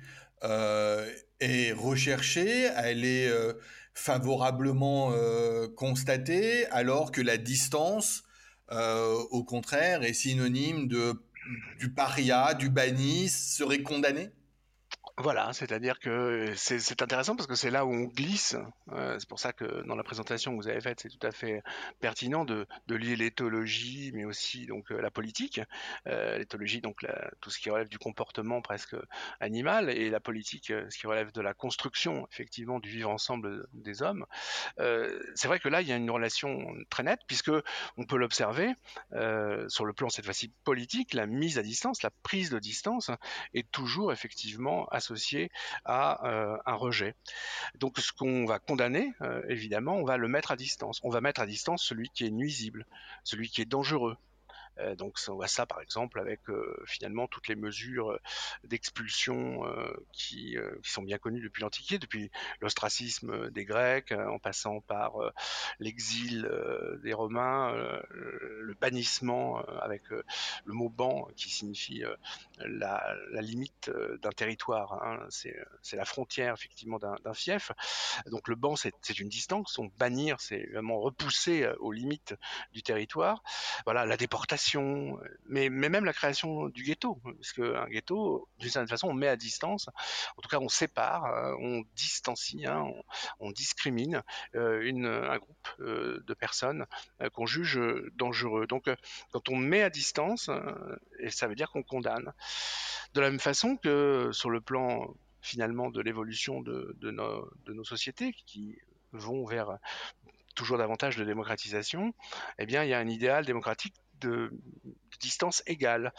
euh, est recherchée, elle est euh, favorablement euh, constatée, alors que la distance, euh, au contraire, est synonyme de, du paria, du banni, serait condamnée? Voilà, c'est-à-dire que c'est c'est intéressant parce que c'est là où on glisse. Euh, c'est pour ça que dans la présentation que vous avez faite, c'est tout à fait pertinent de, de lier l'éthologie, mais aussi donc euh, la politique. Euh, l'éthologie, donc la- tout ce qui relève du comportement presque animal, et la politique, euh, ce qui relève de la construction effectivement du vivre ensemble des hommes. Euh, c'est vrai que là, il y a une relation très nette, puisque on peut l'observer euh, sur le plan cette fois-ci politique, la mise à distance, la prise de distance est toujours effectivement associée à euh, un rejet. Donc ce qu'on va condamner, euh, évidemment, on va le mettre à distance. On va mettre à distance celui qui est nuisible, celui qui est dangereux. Euh, donc on voit ça par exemple avec euh, finalement toutes les mesures euh, d'expulsion euh, qui, euh, qui sont bien connues depuis l'Antiquité, depuis l'ostracisme des Grecs, euh, en passant par euh, l'exil euh, des Romains, euh, le bannissement euh, avec euh, le mot ban qui signifie euh, la, la limite euh, d'un territoire, hein. c'est, c'est la frontière effectivement d'un, d'un fief. Donc le ban c'est, c'est une distance, donc bannir c'est vraiment repousser euh, aux limites du territoire. Voilà, la déportation, mais, mais même la création du ghetto, parce qu'un ghetto, d'une certaine façon, on met à distance, en tout cas on sépare, euh, on distancie, hein, on, on discrimine euh, une, un groupe euh, de personnes euh, qu'on juge dangereux. Donc euh, quand on met à distance, euh, et ça veut dire qu'on condamne. De la même façon que sur le plan finalement de l'évolution de, de, nos, de nos sociétés qui vont vers toujours davantage de démocratisation, eh bien, il y a un idéal démocratique de, de distance égale,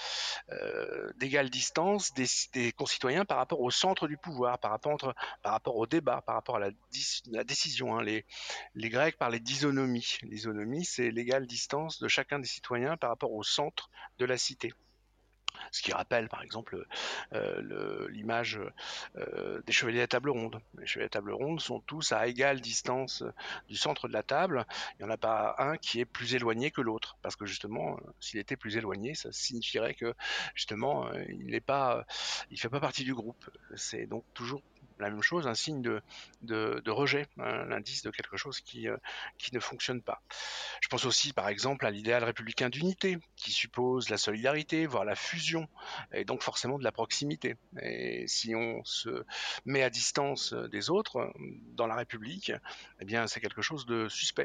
euh, d'égale distance des, des, concitoyens par rapport au centre du pouvoir, par rapport, entre, par rapport au débat, par rapport à la, la décision. Hein. Les, les Grecs parlaient d'isonomie. L'isonomie, c'est l'égale distance de chacun des citoyens par rapport au centre de la cité. Ce qui rappelle par exemple euh, le, l'image euh, des chevaliers à table ronde. Les chevaliers à table ronde sont tous à égale distance du centre de la table. Il n'y en a pas un qui est plus éloigné que l'autre, parce que justement, s'il était plus éloigné, ça signifierait que justement, il n'est pas, il fait pas partie du groupe. C'est donc toujours la même chose, un signe de, de, de rejet, hein, l'indice de quelque chose qui, euh, qui ne fonctionne pas. Je pense aussi, par exemple, à l'idéal républicain d'unité, qui suppose la solidarité, voire la fusion, et donc forcément de la proximité. Et si on se met à distance des autres dans la République, eh bien, c'est quelque chose de suspect.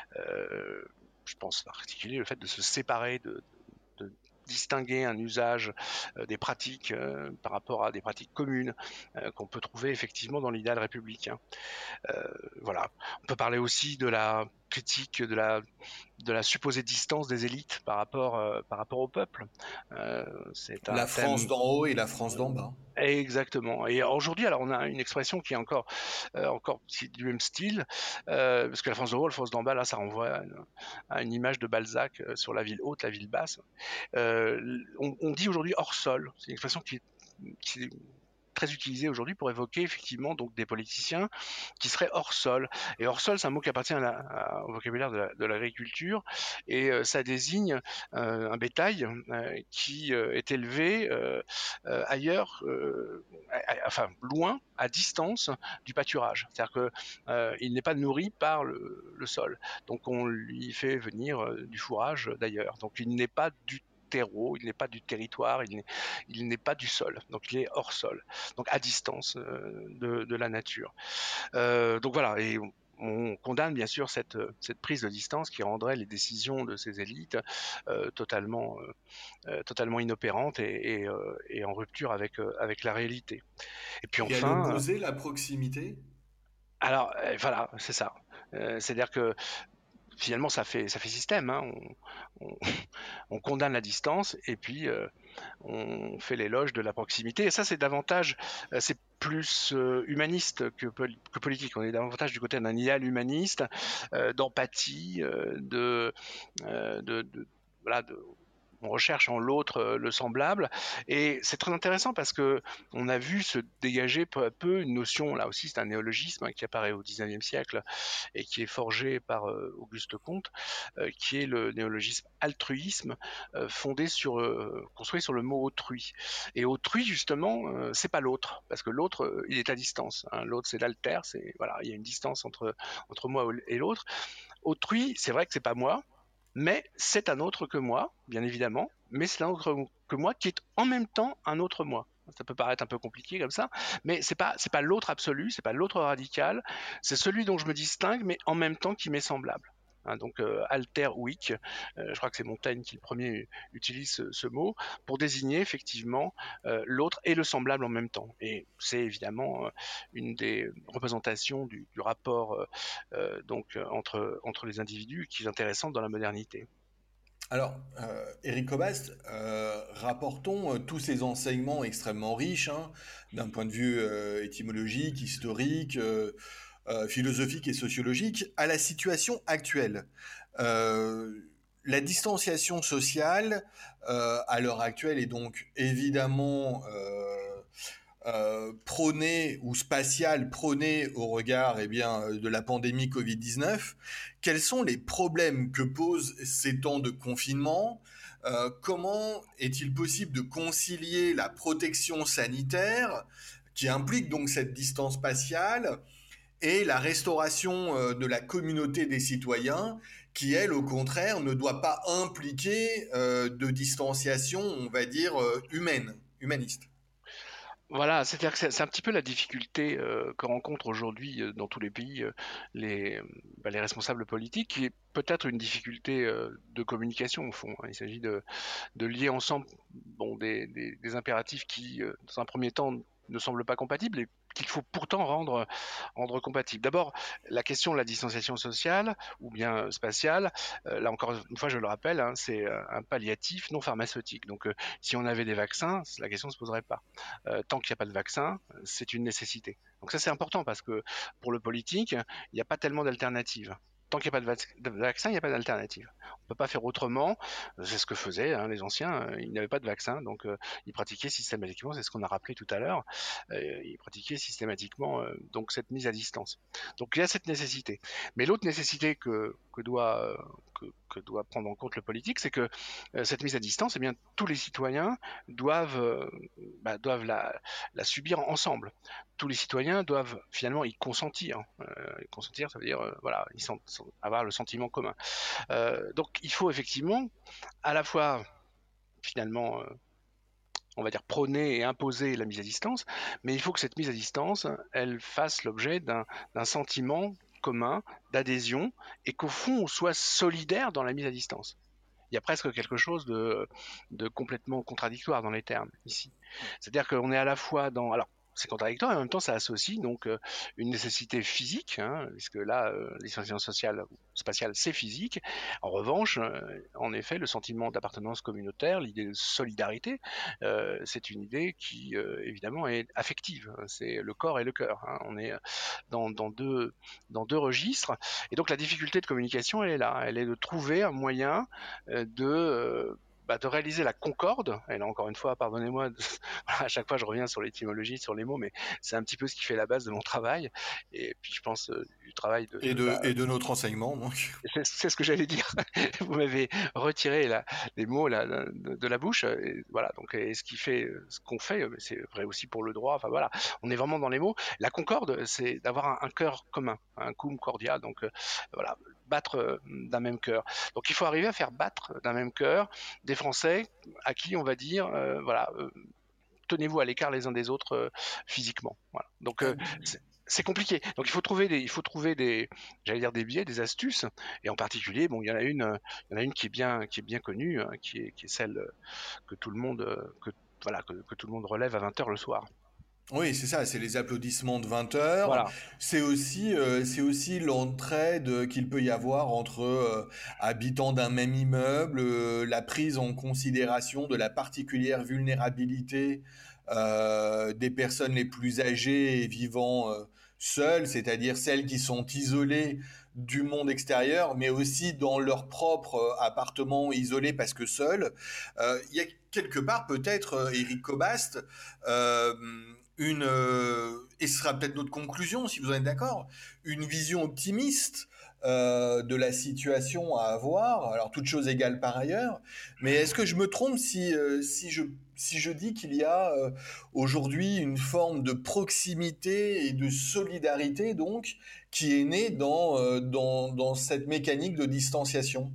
Euh, je pense en particulier le fait de se séparer de, de distinguer un usage euh, des pratiques euh, par rapport à des pratiques communes euh, qu'on peut trouver effectivement dans l'idéal républicain. Euh, voilà. On peut parler aussi de la critique de la de la supposée distance des élites par rapport euh, par rapport au peuple. Euh, c'est La un France thème d'en haut et la France d'en bas. exactement. Et aujourd'hui, alors on a une expression qui est encore euh, encore du même style, euh, parce que la France d'en haut, la France d'en bas, là, ça renvoie à une, à une image de Balzac euh, sur la ville haute, la ville basse. Euh, on, on dit aujourd'hui hors sol. C'est une expression qui est qui très utilisé aujourd'hui pour évoquer effectivement donc des politiciens qui seraient hors sol. Et hors sol, c'est un mot qui appartient à la, à, au vocabulaire de, la, de l'agriculture, et euh, ça désigne euh, un bétail euh, qui euh, est élevé euh, euh, ailleurs, euh, à, à, enfin loin, à distance du pâturage. C'est-à-dire que euh, il n'est pas nourri par le, le sol. Donc on lui fait venir euh, du fourrage d'ailleurs. Donc il n'est pas du terreau, il n'est pas du territoire, il n'est, il n'est pas du sol, donc il est hors sol, donc à distance euh, de, de la nature. Euh, donc voilà, et on, on condamne bien sûr cette, cette prise de distance qui rendrait les décisions de ces élites euh, totalement, euh, totalement inopérantes et, et, euh, et en rupture avec, euh, avec la réalité. Et puis Et à enfin, l'opposé, la proximité? alors euh, voilà, c'est ça. Euh, c'est-à-dire que finalement ça fait, ça fait système, hein. on, on, on condamne la distance et puis euh, on fait l'éloge de la proximité. Et ça, c'est davantage, euh, c'est plus euh, humaniste que, pol- que politique. On est davantage du côté d'un idéal humaniste, euh, d'empathie, euh, de, euh, de, de- voilà, de- on recherche en l'autre euh, le semblable, et c'est très intéressant parce que on a vu se dégager peu à peu une notion, là aussi c'est un néologisme hein, qui apparaît au dix-neuvième siècle et qui est forgé par euh, Auguste Comte, euh, qui est le néologisme altruisme, euh, fondé sur, euh, construit sur le mot autrui. Et autrui justement, euh, c'est pas l'autre, parce que l'autre, euh, il est à distance. Hein. L'autre, c'est l'alter, c'est voilà, il y a une distance entre entre moi et l'autre. Autrui, c'est vrai que c'est pas moi, mais c'est un autre que moi, bien évidemment, mais c'est un autre que moi qui est en même temps un autre moi. Ça peut paraître un peu compliqué comme ça, mais c'est pas c'est pas l'autre absolu, c'est pas l'autre radical, c'est celui dont je me distingue, mais en même temps qui m'est semblable. Hein, donc euh, alter weak, euh, je crois que c'est Montaigne qui le premier utilise ce, ce mot pour désigner effectivement euh, l'autre et le semblable en même temps. Et c'est évidemment euh, une des représentations du, du rapport euh, euh, donc euh, entre entre les individus qui est intéressante dans la modernité. Alors, euh, Eric Cobast, euh, rapportons euh, tous ces enseignements extrêmement riches, hein, d'un point de vue euh, étymologique, historique, euh, euh, philosophique et sociologique, à la situation actuelle. Euh, la distanciation sociale, euh, à l'heure actuelle, est donc évidemment euh, euh, prônée ou spatiale prônée au regard eh bien, de la pandémie covid dix-neuf. Quels sont les problèmes que posent ces temps de confinement? Euh, comment est-il possible de concilier la protection sanitaire, qui implique donc cette distance spatiale, et la restauration euh, de la communauté des citoyens, qui, elle, au contraire, ne doit pas impliquer euh, de distanciation, on va dire, euh, humaine, humaniste? Voilà, c'est-à-dire que c'est c'est un petit peu la difficulté euh, que rencontrent aujourd'hui euh, dans tous les pays euh, les, euh, bah, les responsables politiques, qui est peut-être une difficulté euh, de communication au fond. Hein. Il s'agit de, de lier ensemble bon, des, des- des impératifs qui, euh, dans un premier temps, ne semblent pas compatibles et qu'il faut pourtant rendre, rendre compatibles. D'abord, la question de la distanciation sociale ou bien spatiale, euh, là encore une fois, je le rappelle, hein, c'est euh, un palliatif non pharmaceutique. Donc, euh, si on avait des vaccins, la question ne se poserait pas. Euh, tant qu'il n'y a pas de vaccin, c'est une nécessité. Donc ça, c'est important parce que pour le politique, il n'y a pas tellement d'alternatives. Tant qu'il n'y a pas de, vac- de vaccin, il n'y a pas d'alternative. On ne peut pas faire autrement. C'est ce que faisaient hein, les anciens. euh, Ils n'avaient pas de vaccin, donc euh, ils pratiquaient systématiquement, c'est ce qu'on a rappelé tout à l'heure, euh, ils pratiquaient systématiquement euh, donc cette mise à distance. Donc il y a cette nécessité. Mais l'autre nécessité que, que, doit, euh, que, que doit prendre en compte le politique, c'est que euh, cette mise à distance, eh bien, tous les citoyens doivent, euh, bah, doivent la, la subir ensemble. Tous les citoyens doivent finalement y consentir. Euh, y consentir, ça veut dire euh, voilà, ils sont, sont- avoir le sentiment commun. Euh, donc il faut effectivement à la fois finalement, euh, on va dire prôner et imposer la mise à distance, mais il faut que cette mise à distance, elle fasse l'objet d'un d'un sentiment commun, d'adhésion, et qu'au fond on soit solidaire dans la mise à distance. Il y a presque quelque chose de, de complètement contradictoire dans les termes ici. C'est-à-dire qu'on est à la fois dans... Alors, c'est contradictoire et en même temps ça associe donc euh, une nécessité physique, hein, puisque là, euh, l'isolation sociale ou spatiale, c'est physique. En revanche, euh, en effet, le sentiment d'appartenance communautaire, l'idée de solidarité, euh, c'est une idée qui, euh, évidemment, est affective. C'est le corps et le cœur. Hein. On est dans, dans, deux, dans deux registres. Et donc la difficulté de communication, elle est là. Elle est de trouver un moyen euh, de, euh, bah, de réaliser la concorde. Et là encore une fois, pardonnez-moi, de... à chaque fois je reviens sur l'étymologie, sur les mots, mais c'est un petit peu ce qui fait la base de mon travail. Et puis je pense euh, du travail de... Et de de, bah, et de notre enseignement, donc. c'est, c'est ce que j'allais dire. Vous m'avez retiré la, les mots là, de, de la bouche. Et voilà. Donc, et ce qui fait, ce qu'on fait, c'est vrai aussi pour le droit. Enfin voilà, on est vraiment dans les mots. La concorde, c'est d'avoir un, un cœur commun, un cum cordia. Donc euh, voilà, battre euh, d'un même cœur. Donc il faut arriver à faire battre d'un même cœur des Français à qui on va dire, euh, voilà. Euh, tenez-vous à l'écart les uns des autres euh, physiquement. Voilà. Donc euh, c'est, c'est compliqué. Donc il faut trouver des, il faut trouver des, j'allais dire des biais, des astuces. Et en particulier, bon, il y en a une, euh, il y en a une qui est bien, qui est bien connue, hein, qui est, qui est celle euh, que tout le monde, euh, que voilà, que, que tout le monde relève à vingt heures le soir. Oui, c'est ça, c'est les applaudissements de vingt heures. Voilà. C'est aussi, euh, c'est aussi l'entraide qu'il peut y avoir entre euh, habitants d'un même immeuble, euh, la prise en considération de la particulière vulnérabilité euh, des personnes les plus âgées et vivant euh, seules, c'est-à-dire celles qui sont isolées du monde extérieur, mais aussi dans leur propre euh, appartement isolé parce que seuls. Euh, Il y a quelque part peut-être, euh, Éric Cobast, euh, une, euh, et ce sera peut-être notre conclusion si vous êtes d'accord, une vision optimiste euh, de la situation à avoir, alors toute chose égale par ailleurs, mais est-ce que je me trompe si, euh, si, je, si je dis qu'il y a euh, aujourd'hui une forme de proximité et de solidarité donc qui est née dans, euh, dans, dans cette mécanique de distanciation?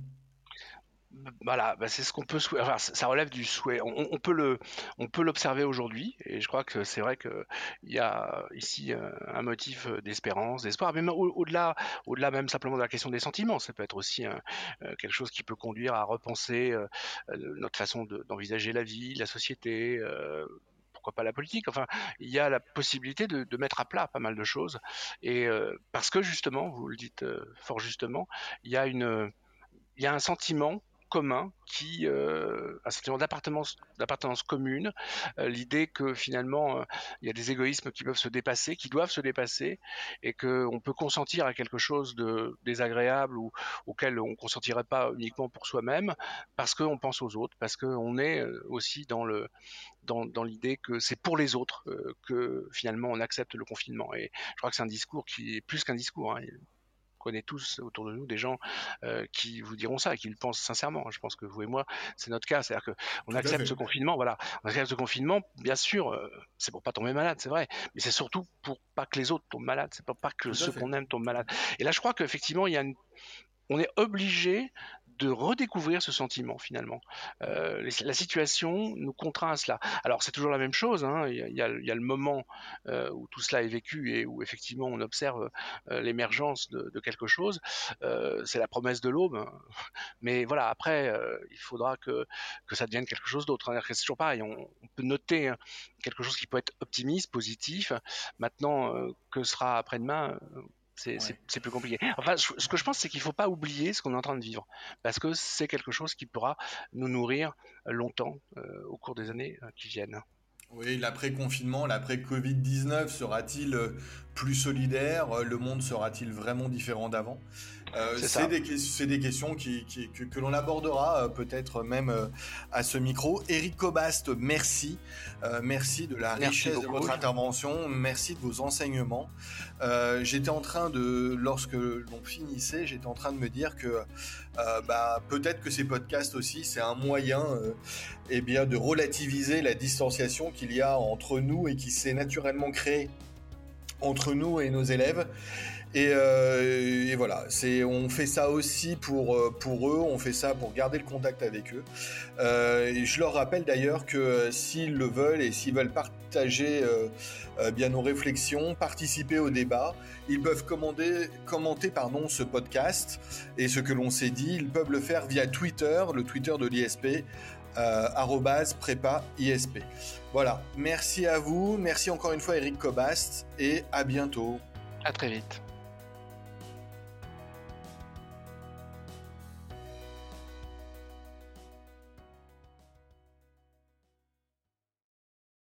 Voilà, bah c'est ce qu'on peut souhaiter. Enfin, ça relève du souhait. On, on peut le, on peut l'observer aujourd'hui, et je crois que c'est vrai que il y a ici euh, un motif d'espérance, d'espoir, même au- au-delà, au-delà même simplement de la question des sentiments. Ça peut être aussi un- euh, quelque chose qui peut conduire à repenser euh, euh, notre façon de- d'envisager la vie, la société. Euh, pourquoi pas la politique. Enfin, il y a la possibilité de, de mettre à plat pas mal de choses, et euh, parce que justement, vous le dites euh, fort justement, il y a une il y a un sentiment commun qui euh, un sentiment d'appartenance d'appartenance commune, euh, l'idée que finalement euh, il y a des égoïsmes qui peuvent se dépasser, qui doivent se dépasser, et que on peut consentir à quelque chose de désagréable ou auquel on consentirait pas uniquement pour soi-même parce qu'on pense aux autres, parce qu'on est euh, aussi dans le dans, dans l'idée que c'est pour les autres euh, que finalement on accepte le confinement. Et je crois que c'est un discours qui est plus qu'un discours, hein. On connaît tous autour de nous des gens euh, qui vous diront ça et qui le pensent sincèrement. Je pense que vous et moi, c'est notre cas. C'est-à-dire qu'on Tout à accepte fait. ce confinement, voilà. On accepte ce confinement, bien sûr, euh, c'est pour pas tomber malade, c'est vrai. Mais c'est surtout pour pas que les autres tombent malades. C'est pour pas que Tout à ceux fait. qu'on aime tombent malades. Et là, je crois qu'effectivement, il y a une on est obligé de redécouvrir ce sentiment finalement. Euh, la situation nous contraint à cela. Alors c'est toujours la même chose, hein. il, y a, il, y a, il y a le moment euh, où tout cela est vécu et où effectivement on observe euh, l'émergence de, de quelque chose. Euh, c'est la promesse de l'aube, hein. Mais voilà, après euh, il faudra que, que ça devienne quelque chose d'autre, hein. C'est toujours pareil, on, on peut noter hein, quelque chose qui peut être optimiste, positif. Maintenant, euh, que sera après-demain, c'est, c'est, Ouais. c'est plus compliqué. Enfin, je- ce que je pense, c'est qu'il ne faut pas oublier ce qu'on est en train de vivre, parce que c'est quelque chose qui pourra nous nourrir longtemps euh, au cours des années euh, qui viennent. Oui, l'après-confinement, l'après-Covid dix-neuf sera-t-il euh, plus solidaire? Euh, Le monde sera-t-il vraiment différent d'avant? Euh, C'est c'est ça. des, que- c'est des questions qui, qui- que, que l'on abordera euh, peut-être même euh, à ce micro. Éric Cobast, merci. Euh, merci de la Merci richesse de beaucoup. votre intervention. Merci de vos enseignements. Euh, j'étais en train de, lorsque l'on finissait, j'étais en train de me dire que euh, bah, peut-être que ces podcasts aussi, c'est un moyen euh, eh bien, de relativiser la distanciation qu'il y a entre nous et qui s'est naturellement créée entre nous et nos élèves. Et, euh, et voilà, c'est, on fait ça aussi pour, pour eux, on fait ça pour garder le contact avec eux. Euh, et je leur rappelle d'ailleurs que euh, s'ils le veulent et s'ils veulent partager euh, euh, bien nos réflexions, participer au débat, ils peuvent commander, commenter pardon, ce podcast et ce que l'on s'est dit, ils peuvent le faire via Twitter, le Twitter de l'I S P, euh, arobase prépa I S P. Voilà, merci à vous, merci encore une fois Éric Cobast et à bientôt. À très vite.